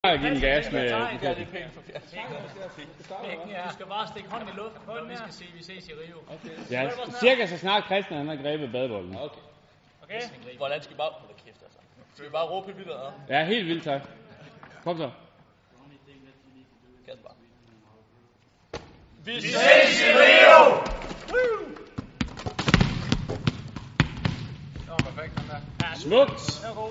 Jeg giver den gas med... Ja, det er pænt for fjern. Du skal bare stikke hånden i luften, og vi skal se, vi ses i Rio. Ja, cirka så snart Christian han har grebet badebolden. Okay. Hvordan skal vi bare... Hold kæft, altså. Skal vi bare råbe vildt ad? Ja, helt vildt, tak. Kom så. Kasper. Vi ses i Rio! Det var perfekt, den der. Smukt!